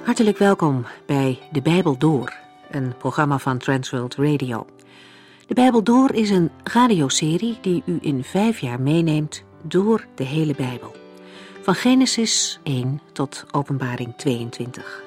Hartelijk welkom bij De Bijbel Door, een programma van Transworld Radio. De Bijbel Door is een radioserie die u in 5 jaar meeneemt door de hele Bijbel. Van Genesis 1 tot Openbaring 22.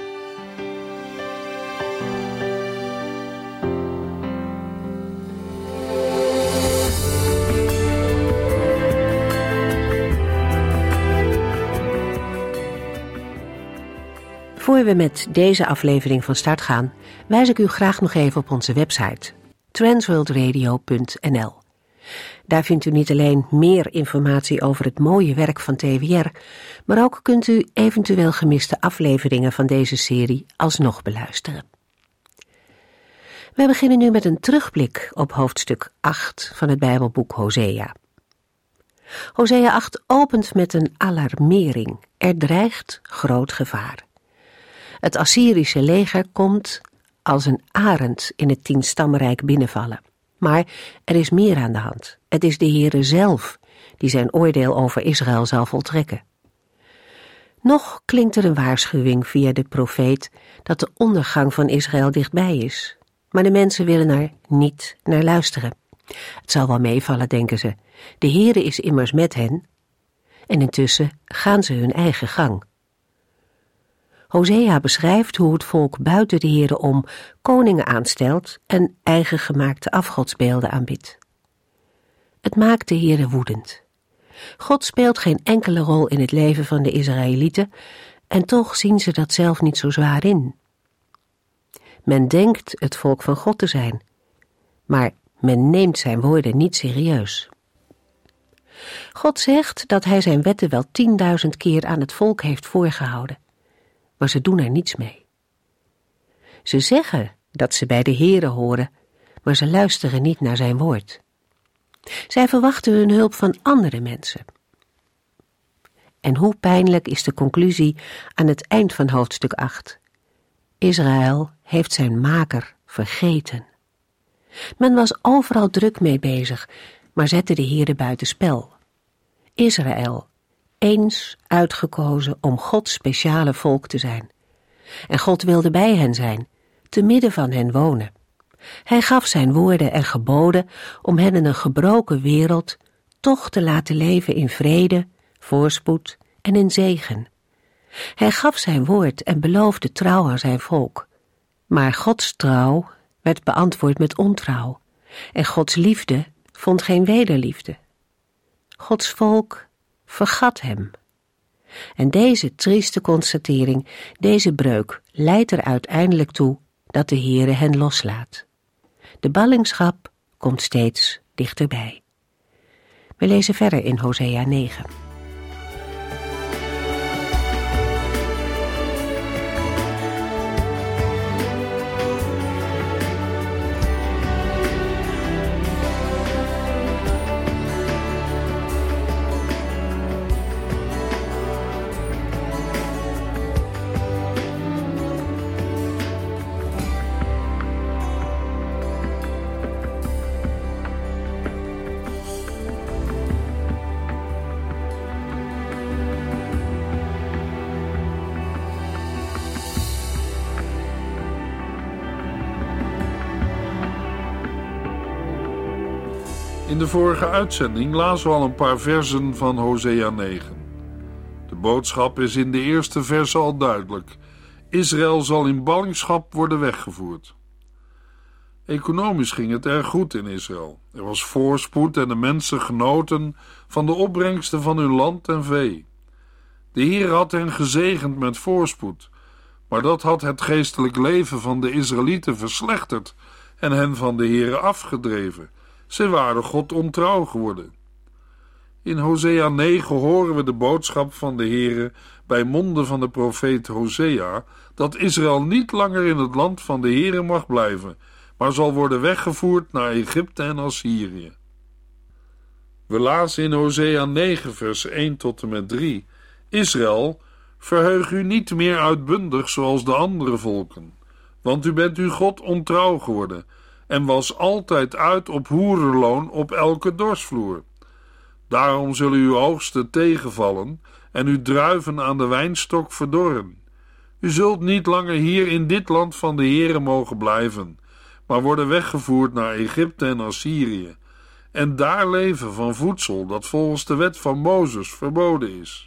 Voor we met deze aflevering van start gaan, wijs ik u graag nog even op onze website transworldradio.nl. Daar vindt u niet alleen meer informatie over het mooie werk van TWR, maar ook kunt u eventueel gemiste afleveringen van deze serie alsnog beluisteren. Wij beginnen nu met een terugblik op hoofdstuk 8 van het Bijbelboek Hosea. Hosea 8 opent met een alarmering. Er dreigt groot gevaar. Het Assyrische leger komt als een arend in het 10-stammenrijk binnenvallen. Maar er is meer aan de hand. Het is de Heere zelf die zijn oordeel over Israël zal voltrekken. Nog klinkt er een waarschuwing via de profeet dat de ondergang van Israël dichtbij is. Maar de mensen willen er niet naar luisteren. Het zal wel meevallen, denken ze. De Heere is immers met hen. En intussen gaan ze hun eigen gang. Hosea beschrijft hoe het volk buiten de Heere om koningen aanstelt en eigen gemaakte afgodsbeelden aanbidt. Het maakt de Heere woedend. God speelt geen enkele rol in het leven van de Israëlieten en toch zien ze dat zelf niet zo zwaar in. Men denkt het volk van God te zijn, maar men neemt zijn woorden niet serieus. God zegt dat hij zijn wetten wel 10.000 keer aan het volk heeft voorgehouden. Maar ze doen er niets mee. Ze zeggen dat ze bij de Heere horen, maar ze luisteren niet naar zijn woord. Zij verwachten hun hulp van andere mensen. En hoe pijnlijk is de conclusie aan het eind van hoofdstuk 8. Israël heeft zijn maker vergeten. Men was overal druk mee bezig, maar zette de Heere buitenspel. Israël, eens uitgekozen om Gods speciale volk te zijn. En God wilde bij hen zijn, te midden van hen wonen. Hij gaf zijn woorden en geboden om hen in een gebroken wereld toch te laten leven in vrede, voorspoed en in zegen. Hij gaf zijn woord en beloofde trouw aan zijn volk. Maar Gods trouw werd beantwoord met ontrouw. En Gods liefde vond geen wederliefde. Gods volk vergat hem. En deze trieste constatering, deze breuk, leidt er uiteindelijk toe dat de Heere hen loslaat. De ballingschap komt steeds dichterbij. We lezen verder in Hosea 9. In de vorige uitzending lazen we al een paar versen van Hosea 9. De boodschap is in de eerste verse al duidelijk. Israël zal in ballingschap worden weggevoerd. Economisch ging het erg goed in Israël. Er was voorspoed en de mensen genoten van de opbrengsten van hun land en vee. De Heer had hen gezegend met voorspoed, maar dat had het geestelijk leven van de Israëlieten verslechterd en hen van de Heer afgedreven. Zij waren God ontrouw geworden. In Hosea 9 horen we de boodschap van de Heere bij monden van de profeet Hosea dat Israël niet langer in het land van de Heere mag blijven, maar zal worden weggevoerd naar Egypte en Assyrië. We lazen in Hosea 9 vers 1 tot en met 3: Israël, verheug u niet meer uitbundig zoals de andere volken, want u bent uw God ontrouw geworden en was altijd uit op hoerenloon op elke dorsvloer. Daarom zullen uw oogsten tegenvallen en uw druiven aan de wijnstok verdorren. U zult niet langer hier in dit land van de Heere mogen blijven, maar worden weggevoerd naar Egypte en Assyrië, en daar leven van voedsel dat volgens de wet van Mozes verboden is.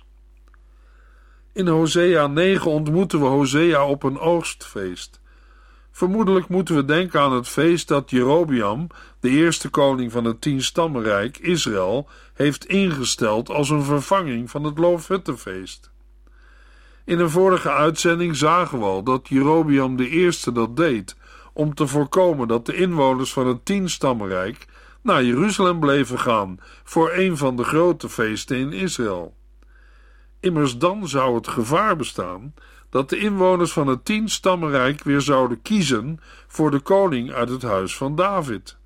In Hosea 9 ontmoeten we Hosea op een oogstfeest. Vermoedelijk moeten we denken aan het feest dat Jerobeam, de eerste koning van het 10-stammenrijk, Israël, heeft ingesteld als een vervanging van het Loofhuttenfeest. In een vorige uitzending zagen we al dat Jerobeam de eerste dat deed, om te voorkomen dat de inwoners van het 10-stammenrijk naar Jeruzalem bleven gaan voor een van de grote feesten in Israël. Immers dan zou het gevaar bestaan dat de inwoners van het 10-stammenrijk weer zouden kiezen voor de koning uit het huis van David.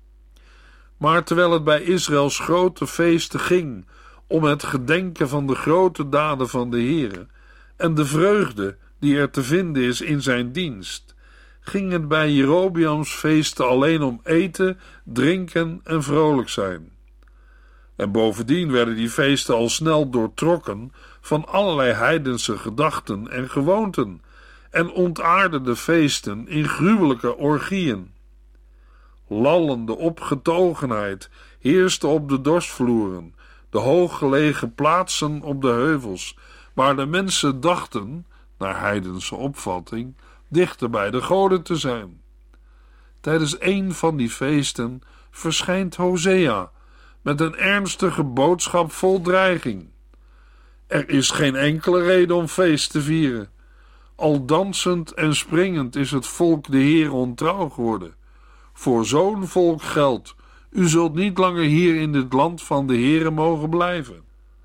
Maar terwijl het bij Israëls grote feesten ging om het gedenken van de grote daden van de Heere en de vreugde die er te vinden is in zijn dienst, ging het bij Jerobeams feesten alleen om eten, drinken en vrolijk zijn. En bovendien werden die feesten al snel doortrokken van allerlei heidense gedachten en gewoonten en ontaarden de feesten in gruwelijke orgieën. Lallende opgetogenheid heerste op de dorpsvloeren, de hooggelegen plaatsen op de heuvels, waar de mensen dachten, naar heidense opvatting, dichter bij de goden te zijn. Tijdens een van die feesten verschijnt Hosea met een ernstige boodschap vol dreiging. Er is geen enkele reden om feest te vieren. Al dansend en springend is het volk de Heer ontrouw geworden. Voor zo'n volk geldt, u zult niet langer hier in dit land van de Heere mogen blijven.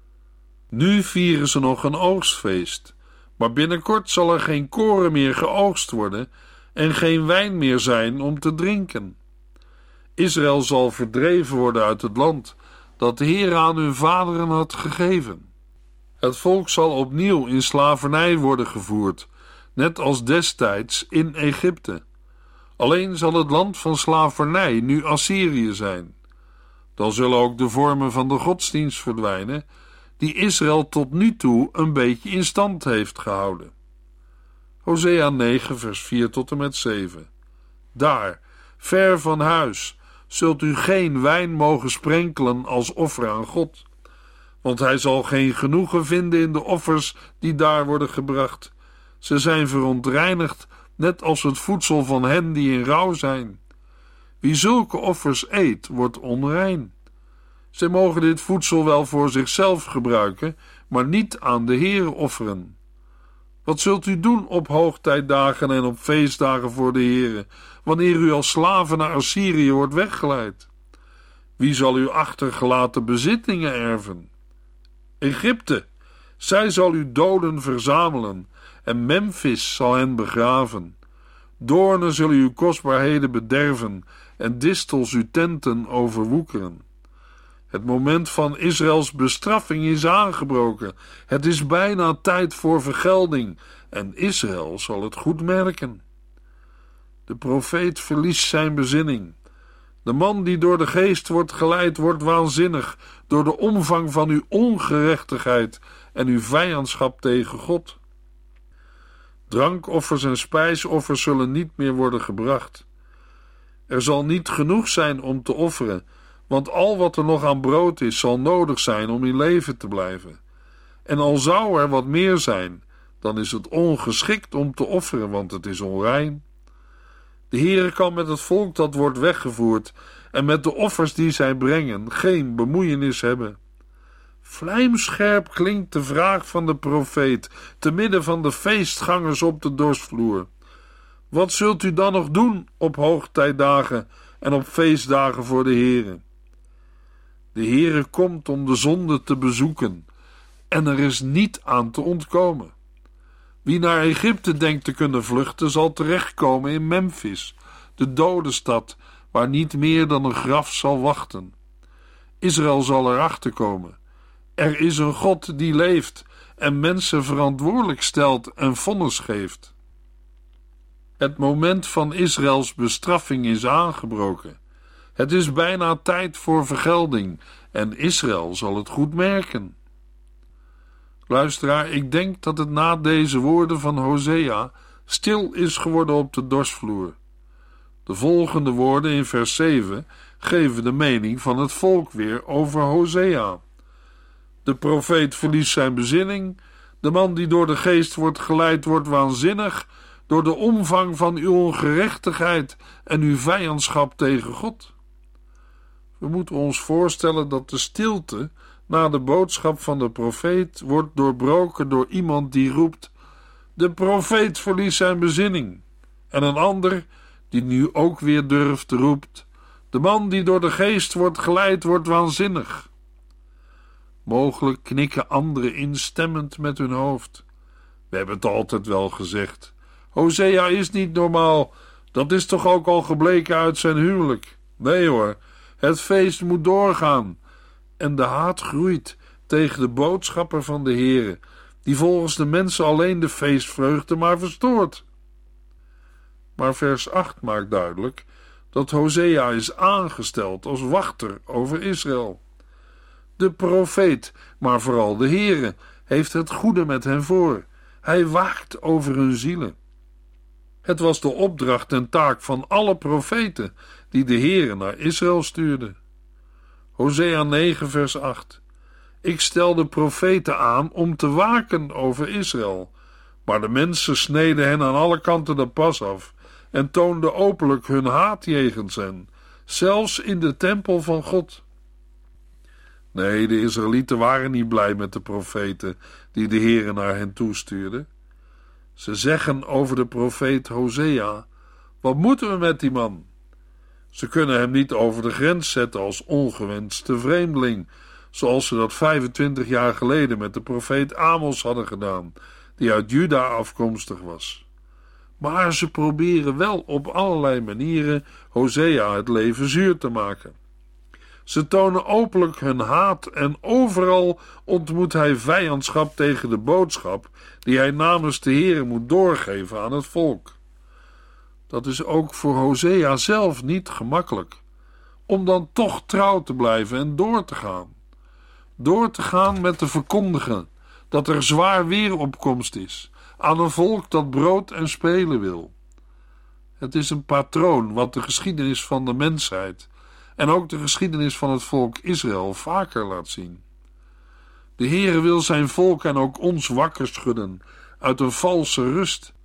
Nu vieren ze nog een oogstfeest, maar binnenkort zal er geen koren meer geoogst worden en geen wijn meer zijn om te drinken. Israël zal verdreven worden uit het land dat de Heer aan hun vaderen had gegeven. Het volk zal opnieuw in slavernij worden gevoerd, net als destijds in Egypte. Alleen zal het land van slavernij nu Assyrië zijn. Dan zullen ook de vormen van de godsdienst verdwijnen, die Israël tot nu toe een beetje in stand heeft gehouden. Hosea 9 vers 4 tot en met 7. Daar, ver van huis, zult u geen wijn mogen sprenkelen als offer aan God, want hij zal geen genoegen vinden in de offers die daar worden gebracht. Ze zijn verontreinigd, net als het voedsel van hen die in rouw zijn. Wie zulke offers eet, wordt onrein. Zij mogen dit voedsel wel voor zichzelf gebruiken, maar niet aan de Heere offeren. Wat zult u doen op hoogtijdagen en op feestdagen voor de Heere, wanneer u als slaven naar Assyrië wordt weggeleid? Wie zal uw achtergelaten bezittingen erven? Egypte, zij zal uw doden verzamelen, en Memphis zal hen begraven. Doornen zullen uw kostbaarheden bederven, en distels uw tenten overwoekeren. Het moment van Israëls bestraffing is aangebroken. Het is bijna tijd voor vergelding, en Israël zal het goed merken. De profeet verliest zijn bezinning. De man die door de geest wordt geleid, wordt waanzinnig door de omvang van uw ongerechtigheid en uw vijandschap tegen God. Drankoffers en spijsoffers zullen niet meer worden gebracht. Er zal niet genoeg zijn om te offeren, want al wat er nog aan brood is, zal nodig zijn om in leven te blijven. En al zou er wat meer zijn, dan is het ongeschikt om te offeren, want het is onrein. De Heere kan met het volk dat wordt weggevoerd en met de offers die zij brengen geen bemoeienis hebben. Vlijmscherp klinkt de vraag van de profeet te midden van de feestgangers op de dorpsvloer. Wat zult u dan nog doen op hoogtijdagen en op feestdagen voor de Heere? De Heere komt om de zonde te bezoeken en er is niet aan te ontkomen. Wie naar Egypte denkt te kunnen vluchten, zal terechtkomen in Memphis, de dode stad, waar niet meer dan een graf zal wachten. Israël zal erachter komen. Er is een God die leeft en mensen verantwoordelijk stelt en vonnis geeft. Het moment van Israëls bestraffing is aangebroken. Het is bijna tijd voor vergelding en Israël zal het goed merken. Luisteraar, ik denk dat het na deze woorden van Hosea stil is geworden op de dorsvloer. De volgende woorden in vers 7 geven de mening van het volk weer over Hosea. De profeet verliest zijn bezinning, de man die door de geest wordt geleid wordt waanzinnig, door de omvang van uw ongerechtigheid en uw vijandschap tegen God. We moeten ons voorstellen dat de stilte na de boodschap van de profeet wordt doorbroken door iemand die roept: de profeet verliest zijn bezinning. En een ander die nu ook weer durft roept: de man die door de geest wordt geleid wordt waanzinnig. Mogelijk knikken anderen instemmend met hun hoofd. We hebben het altijd wel gezegd. Hosea is niet normaal. Dat is toch ook al gebleken uit zijn huwelijk. Nee hoor, het feest moet doorgaan. En de haat groeit tegen de boodschapper van de Heere, die volgens de mensen alleen de feestvreugde maar verstoort. Maar vers 8 maakt duidelijk dat Hosea is aangesteld als wachter over Israël. De profeet, maar vooral de Heere, heeft het goede met hen voor. Hij waakt over hun zielen. Het was de opdracht en taak van alle profeten die de Heere naar Israël stuurde. Hosea 9 vers 8. Ik stel de profeten aan om te waken over Israël, maar de mensen sneden hen aan alle kanten de pas af en toonden openlijk hun haat jegens hen, zelfs in de tempel van God. Nee, de Israëlieten waren niet blij met de profeten die de Heere naar hen toestuurde. Ze zeggen over de profeet Hosea: wat moeten we met die man? Ze kunnen hem niet over de grens zetten als ongewenste vreemdeling, zoals ze dat 25 jaar geleden met de profeet Amos hadden gedaan, die uit Juda afkomstig was. Maar ze proberen wel op allerlei manieren Hosea het leven zuur te maken. Ze tonen openlijk hun haat en overal ontmoet hij vijandschap tegen de boodschap die hij namens de Heere moet doorgeven aan het volk. Dat is ook voor Hosea zelf niet gemakkelijk, om dan toch trouw te blijven en door te gaan. Door te gaan met te verkondigen dat er zwaar weeropkomst is aan een volk dat brood en spelen wil. Het is een patroon wat de geschiedenis van de mensheid en ook de geschiedenis van het volk Israël vaker laat zien. De Heere wil zijn volk en ook ons wakker schudden uit een valse rust.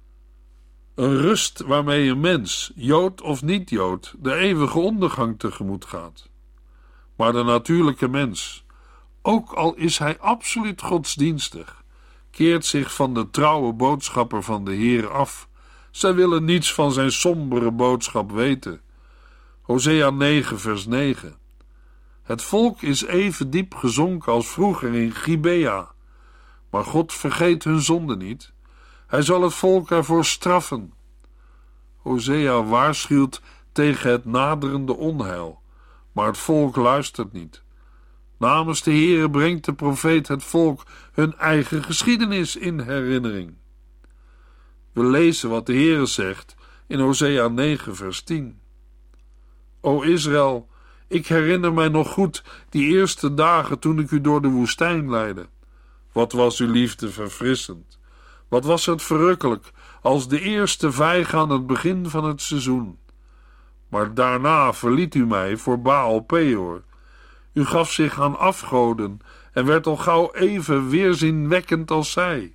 Een rust waarmee een mens, Jood of niet-Jood, de eeuwige ondergang tegemoet gaat. Maar de natuurlijke mens, ook al is hij absoluut godsdienstig, keert zich van de trouwe boodschapper van de Heere af. Zij willen niets van zijn sombere boodschap weten. Hosea 9 vers 9. Het volk is even diep gezonken als vroeger in Gibea, maar God vergeet hun zonde niet. Hij zal het volk ervoor straffen. Hosea waarschuwt tegen het naderende onheil, maar het volk luistert niet. Namens de Heere brengt de profeet het volk hun eigen geschiedenis in herinnering. We lezen wat de Heere zegt in Hosea 9 vers 10. O Israël, ik herinner mij nog goed die eerste dagen toen ik u door de woestijn leidde. Wat was uw liefde verfrissend. Wat was het verrukkelijk als de eerste vijg aan het begin van het seizoen. Maar daarna verliet u mij voor Baal Peor. U gaf zich aan afgoden en werd al gauw even weerzinwekkend als zij.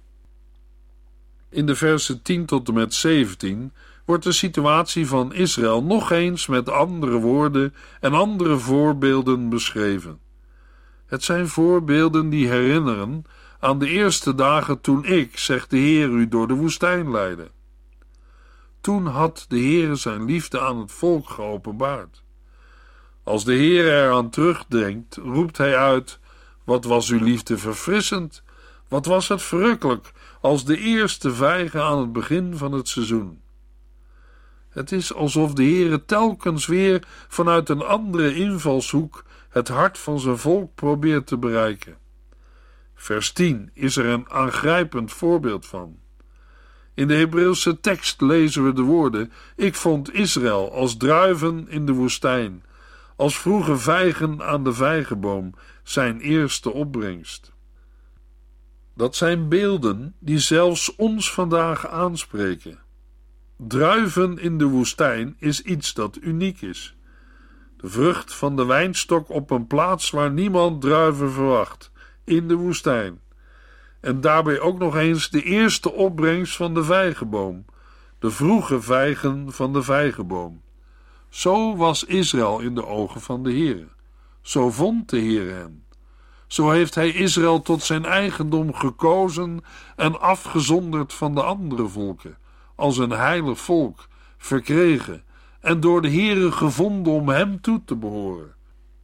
In de versen 10 tot en met 17 wordt de situatie van Israël nog eens met andere woorden en andere voorbeelden beschreven. Het zijn voorbeelden die herinneren aan de eerste dagen toen ik, zegt de Heer, u door de woestijn leidde. Toen had de Heer zijn liefde aan het volk geopenbaard. Als de Heer eraan terugdenkt, roept hij uit: wat was uw liefde verfrissend? Wat was het verrukkelijk als de eerste vijgen aan het begin van het seizoen? Het is alsof de Heer telkens weer vanuit een andere invalshoek het hart van zijn volk probeert te bereiken. Vers 10 is er een aangrijpend voorbeeld van. In de Hebreeuwse tekst lezen we de woorden: ik vond Israël als druiven in de woestijn, als vroege vijgen aan de vijgenboom, zijn eerste opbrengst. Dat zijn beelden die zelfs ons vandaag aanspreken. Druiven in de woestijn is iets dat uniek is. De vrucht van de wijnstok op een plaats waar niemand druiven verwacht, in de woestijn. En daarbij ook nog eens de eerste opbrengst van de vijgenboom, de vroege vijgen van de vijgenboom. Zo was Israël in de ogen van de Heere. Zo vond de Heere hen. Zo heeft hij Israël tot zijn eigendom gekozen en afgezonderd van de andere volken, als een heilig volk, verkregen en door de Heere gevonden om hem toe te behoren.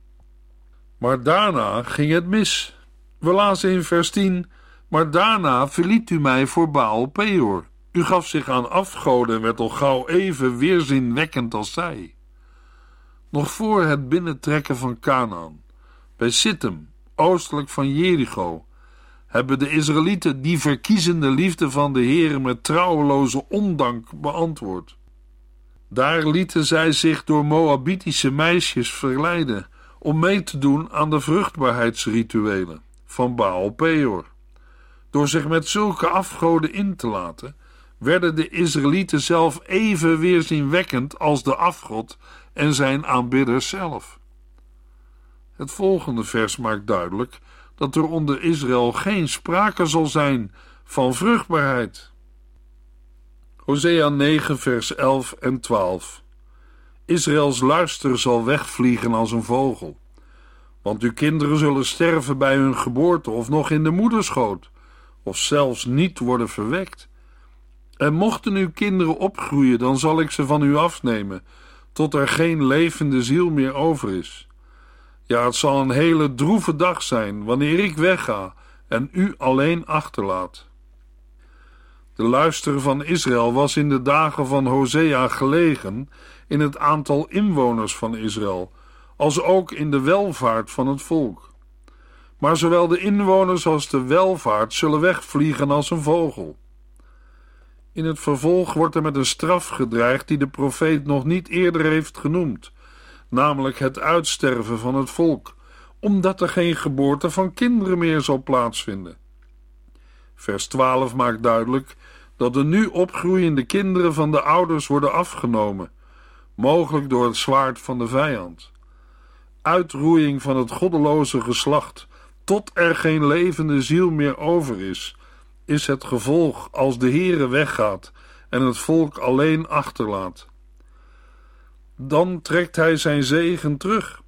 Maar daarna ging het mis. We lazen in vers 10: maar daarna verliet u mij voor Baal Peor. U gaf zich aan afgoden en werd al gauw even weerzinwekkend als zij. Nog voor het binnentrekken van Kanaan, bij Sittim, oostelijk van Jericho, hebben de Israëlieten die verkiezende liefde van de Heere met trouweloze ondank beantwoord. Daar lieten zij zich door Moabitische meisjes verleiden om mee te doen aan de vruchtbaarheidsrituelen van Baal Peor. Door zich met zulke afgoden in te laten, werden de Israëlieten zelf even weerzinwekkend als de afgod en zijn aanbidders zelf. Het volgende vers maakt duidelijk dat er onder Israël geen sprake zal zijn van vruchtbaarheid. Hosea 9 vers 11 en 12. Israëls luister zal wegvliegen als een vogel, want uw kinderen zullen sterven bij hun geboorte of nog in de moederschoot, of zelfs niet worden verwekt. En mochten uw kinderen opgroeien, dan zal ik ze van u afnemen, tot er geen levende ziel meer over is. Ja, het zal een hele droeve dag zijn, wanneer ik wegga en u alleen achterlaat. De luister van Israël was in de dagen van Hosea gelegen in het aantal inwoners van Israël, als ook in de welvaart van het volk. Maar zowel de inwoners als de welvaart zullen wegvliegen als een vogel. In het vervolg wordt er met een straf gedreigd die de profeet nog niet eerder heeft genoemd, namelijk het uitsterven van het volk, omdat er geen geboorte van kinderen meer zal plaatsvinden. Vers 12 maakt duidelijk dat de nu opgroeiende kinderen van de ouders worden afgenomen, mogelijk door het zwaard van de vijand. Uitroeiing van het goddeloze geslacht, tot er geen levende ziel meer over is het gevolg als de Heere weggaat en het volk alleen achterlaat. Dan trekt hij zijn zegen terug.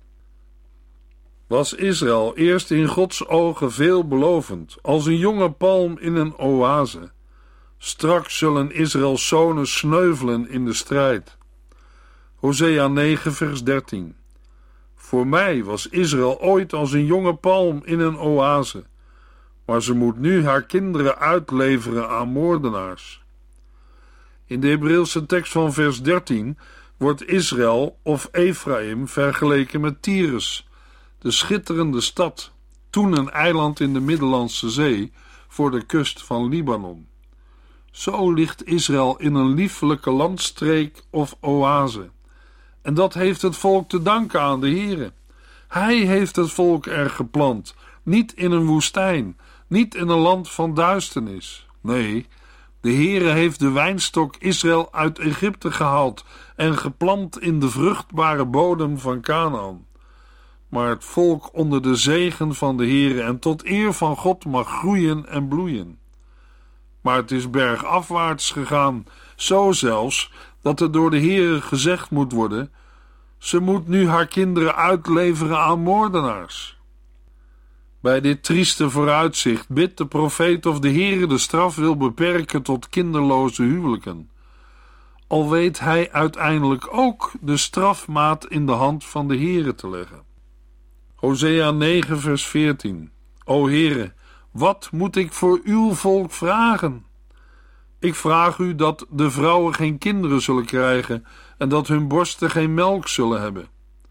Was Israël eerst in Gods ogen veelbelovend, als een jonge palm in een oase. Straks zullen Israëls zonen sneuvelen in de strijd. Hosea 9 vers 13. Voor mij was Israël ooit als een jonge palm in een oase, maar ze moet nu haar kinderen uitleveren aan moordenaars. In de Hebreeuwse tekst van vers 13 wordt Israël of Ephraim vergeleken met Tyrus, de schitterende stad, toen een eiland in de Middellandse Zee voor de kust van Libanon. Zo ligt Israël in een liefelijke landstreek of oase. En dat heeft het volk te danken aan de Heere. Hij heeft het volk er geplant, niet in een woestijn, niet in een land van duisternis. Nee, de Heere heeft de wijnstok Israël uit Egypte gehaald en geplant in de vruchtbare bodem van Kanaan. Maar het volk onder de zegen van de Heere en tot eer van God mag groeien en bloeien. Maar het is bergafwaarts gegaan, zo zelfs dat er door de Heere gezegd moet worden: ze moet nu haar kinderen uitleveren aan moordenaars. Bij dit trieste vooruitzicht bidt de profeet of de Heere de straf wil beperken tot kinderloze huwelijken, al weet hij uiteindelijk ook de strafmaat in de hand van de Heere te leggen. Hosea 9 vers 14. O Heere, wat moet ik voor uw volk vragen? Ik vraag u dat de vrouwen geen kinderen zullen krijgen en dat hun borsten geen melk zullen hebben.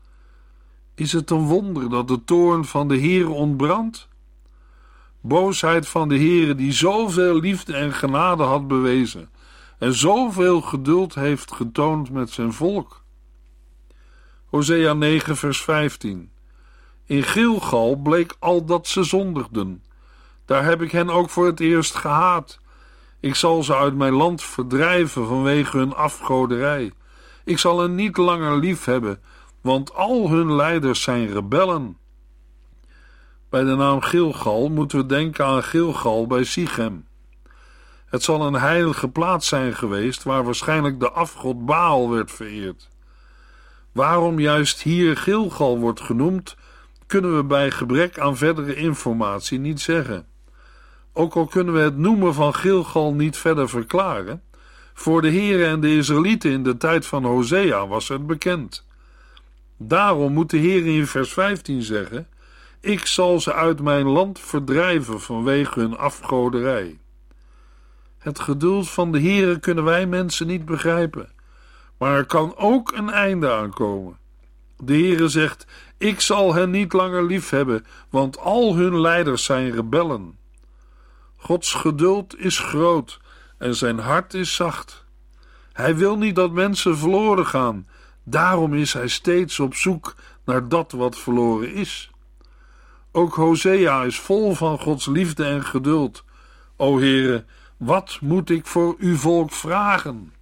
Is het een wonder dat de toorn van de Heere ontbrandt? Boosheid van de Heere die zoveel liefde en genade had bewezen en zoveel geduld heeft getoond met zijn volk. Hosea 9 vers 15. In Gilgal bleek al dat ze zondigden. Daar heb ik hen ook voor het eerst gehaat. Ik zal ze uit mijn land verdrijven vanwege hun afgoderij. Ik zal hen niet langer lief hebben, want al hun leiders zijn rebellen. Bij de naam Gilgal moeten we denken aan Gilgal bij Sichem. Het zal een heilige plaats zijn geweest waar waarschijnlijk de afgod Baal werd vereerd. Waarom juist hier Gilgal wordt genoemd, kunnen we bij gebrek aan verdere informatie niet zeggen. Ook al kunnen we het noemen van Gilgal niet verder verklaren, voor de Here en de Israëlieten in de tijd van Hosea was het bekend. Daarom moet de Heer in vers 15 zeggen: ik zal ze uit mijn land verdrijven vanwege hun afgoderij. Het geduld van de Heere kunnen wij mensen niet begrijpen, maar er kan ook een einde aankomen. De Heere zegt: ik zal hen niet langer lief hebben, want al hun leiders zijn rebellen. Gods geduld is groot en zijn hart is zacht. Hij wil niet dat mensen verloren gaan, daarom is hij steeds op zoek naar dat wat verloren is. Ook Hosea is vol van Gods liefde en geduld. O Heere, wat moet ik voor uw volk vragen?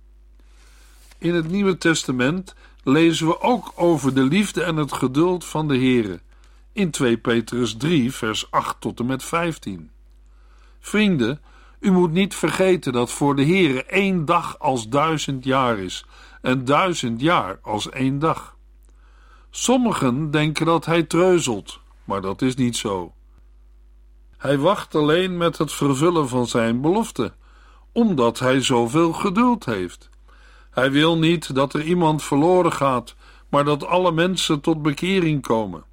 In het Nieuwe Testament lezen we ook over de liefde en het geduld van de Heere, in 2 Petrus 3, vers 8 tot en met 15. Vrienden, u moet niet vergeten dat voor de Heere 1 dag als 1000 jaar is en 1000 jaar als 1 dag. Sommigen denken dat hij treuzelt, maar dat is niet zo. Hij wacht alleen met het vervullen van zijn belofte, omdat hij zoveel geduld heeft. Hij wil niet dat er iemand verloren gaat, maar dat alle mensen tot bekering komen.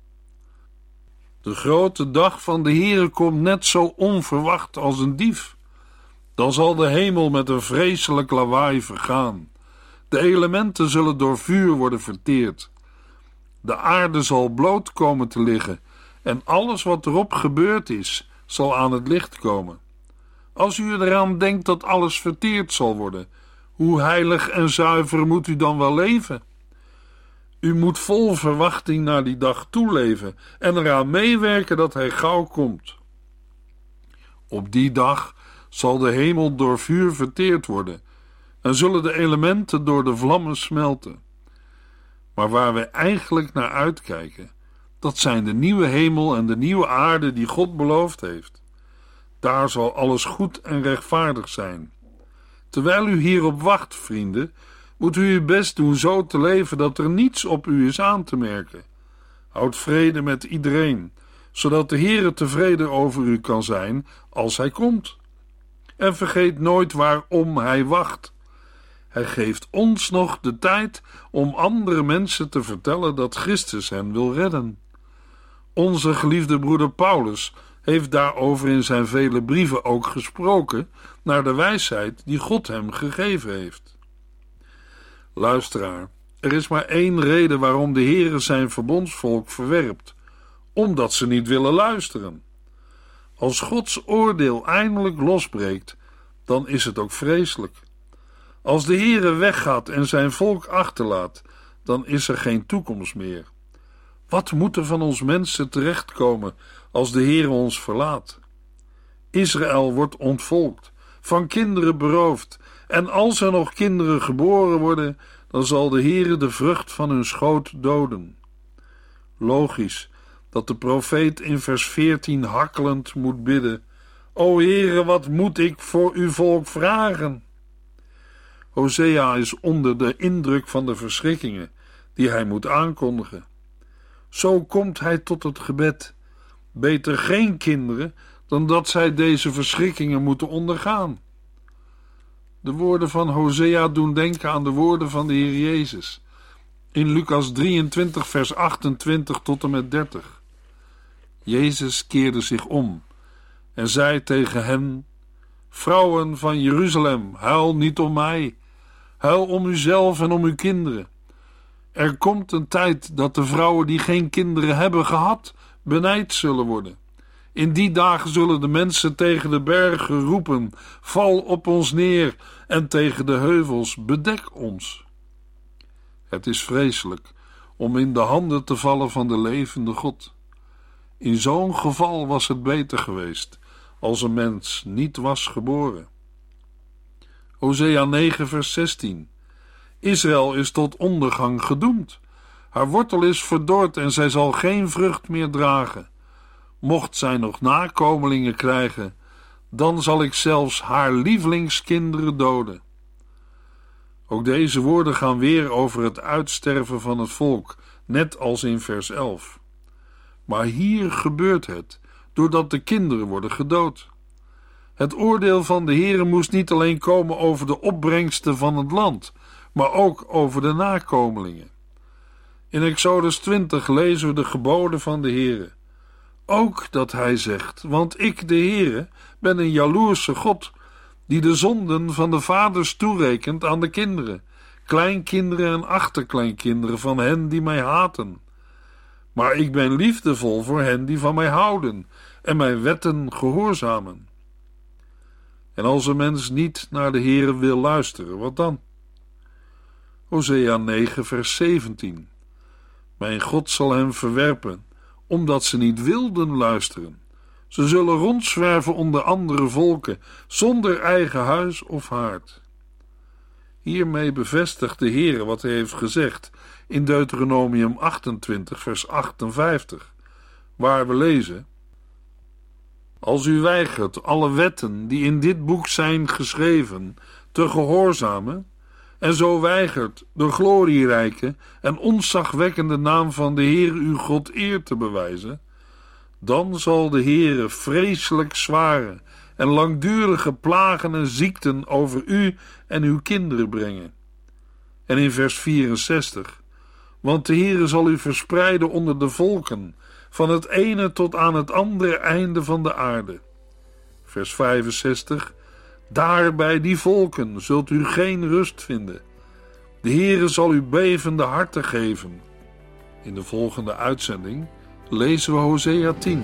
De grote dag van de Heere komt net zo onverwacht als een dief. Dan zal de hemel met een vreselijk lawaai vergaan. De elementen zullen door vuur worden verteerd. De aarde zal bloot komen te liggen en alles wat erop gebeurd is, zal aan het licht komen. Als u eraan denkt dat alles verteerd zal worden, hoe heilig en zuiver moet u dan wel leven? U moet vol verwachting naar die dag toeleven en eraan meewerken dat hij gauw komt. Op die dag zal de hemel door vuur verteerd worden en zullen de elementen door de vlammen smelten. Maar waar we eigenlijk naar uitkijken, dat zijn de nieuwe hemel en de nieuwe aarde die God beloofd heeft. Daar zal alles goed en rechtvaardig zijn. Terwijl u hierop wacht, vrienden, moet u uw best doen zo te leven dat er niets op u is aan te merken. Houd vrede met iedereen, zodat de Heere tevreden over u kan zijn als hij komt. En vergeet nooit waarom hij wacht. Hij geeft ons nog de tijd om andere mensen te vertellen dat Christus hen wil redden. Onze geliefde broeder Paulus heeft daarover in zijn vele brieven ook gesproken naar de wijsheid die God hem gegeven heeft. Luisteraar, er is maar 1 reden waarom de Heere zijn verbondsvolk verwerpt: omdat ze niet willen luisteren. Als Gods oordeel eindelijk losbreekt, dan is het ook vreselijk. Als de Heere weggaat en zijn volk achterlaat, dan is er geen toekomst meer. Wat moet er van ons mensen terechtkomen als de Heere ons verlaat? Israël wordt ontvolkt, van kinderen beroofd, en als er nog kinderen geboren worden, dan zal de Heere de vrucht van hun schoot doden. Logisch dat de profeet in vers 14 hakkelend moet bidden: O Heere, wat moet ik voor uw volk vragen? Hosea is onder de indruk van de verschrikkingen die hij moet aankondigen. Zo komt hij tot het gebed: beter geen kinderen dan dat zij deze verschrikkingen moeten ondergaan. De woorden van Hosea doen denken aan de woorden van de Heer Jezus in Lucas 23 vers 28 tot en met 30. Jezus keerde zich om en zei tegen hen: Vrouwen van Jeruzalem, huil niet om mij, huil om uzelf en om uw kinderen. Er komt een tijd dat de vrouwen die geen kinderen hebben gehad, benijd zullen worden. In die dagen zullen de mensen tegen de bergen roepen: val op ons neer, en tegen de heuvels: bedek ons. Het is vreselijk om in de handen te vallen van de levende God. In zo'n geval was het beter geweest als een mens niet was geboren. Hosea 9 vers 16. Israël is tot ondergang gedoemd. Haar wortel is verdord en zij zal geen vrucht meer dragen. Mocht zij nog nakomelingen krijgen, dan zal ik zelfs haar lievelingskinderen doden. Ook deze woorden gaan weer over het uitsterven van het volk, net als in vers 11. Maar hier gebeurt het, doordat de kinderen worden gedood. Het oordeel van de Heere moest niet alleen komen over de opbrengsten van het land, maar ook over de nakomelingen. In Exodus 20 lezen we de geboden van de Heere. Ook dat hij zegt, want ik, de Heere, ben een jaloerse God, die de zonden van de vaders toerekent aan de kinderen, kleinkinderen en achterkleinkinderen van hen die mij haten. Maar ik ben liefdevol voor hen die van mij houden en mijn wetten gehoorzamen. En als een mens niet naar de Heere wil luisteren, wat dan? Hosea 9 vers 17. Mijn God zal hen verwerpen, omdat ze niet wilden luisteren. Ze zullen rondzwerven onder andere volken, zonder eigen huis of haard. Hiermee bevestigt de Heere wat hij heeft gezegd in Deuteronomium 28 vers 58, waar we lezen: Als u weigert alle wetten die in dit boek zijn geschreven te gehoorzamen, en zo weigert de glorierijke en ontzagwekkende naam van de Heere uw God eer te bewijzen, dan zal de Heere vreselijk zware en langdurige plagen en ziekten over u en uw kinderen brengen. En in vers 64, want de Heere zal u verspreiden onder de volken, van het ene tot aan het andere einde van de aarde. Vers 65, daar bij die volken zult u geen rust vinden. De Heere zal u bevende harten geven. In de volgende uitzending lezen we Hosea 10.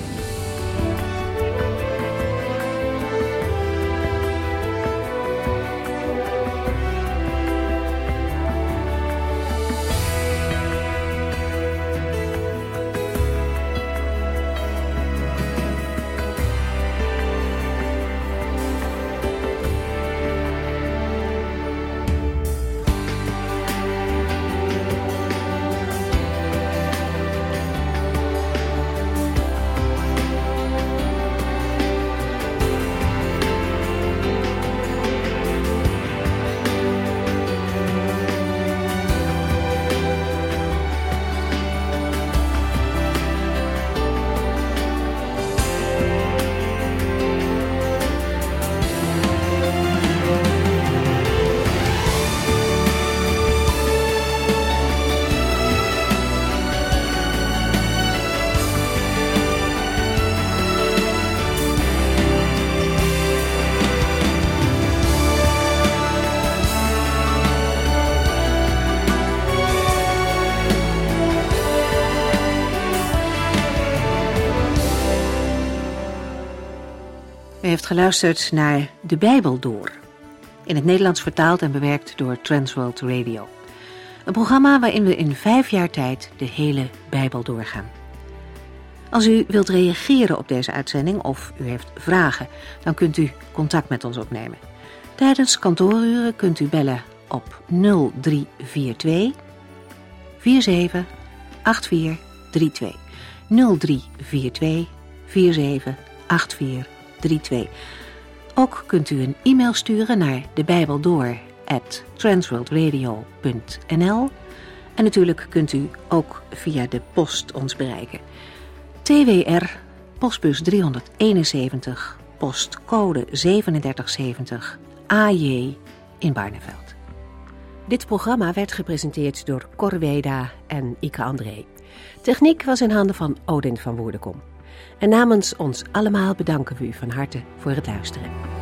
U heeft geluisterd naar De Bijbel Door. In het Nederlands vertaald en bewerkt door Transworld Radio. Een programma waarin we in 5 jaar tijd de hele Bijbel doorgaan. Als u wilt reageren op deze uitzending of u heeft vragen, dan kunt u contact met ons opnemen. Tijdens kantooruren kunt u bellen op 0342 47 8432. 0342 47 8432. Ook kunt u een e-mail sturen naar debijbeldoor@transworldradio.nl en natuurlijk kunt u ook via de post ons bereiken. TWR, postbus 371, postcode 3770, AJ in Barneveld. Dit programma werd gepresenteerd door Cor Weda en Ike André. Techniek was in handen van Odin van Woerdenkom. En namens ons allemaal bedanken we u van harte voor het luisteren.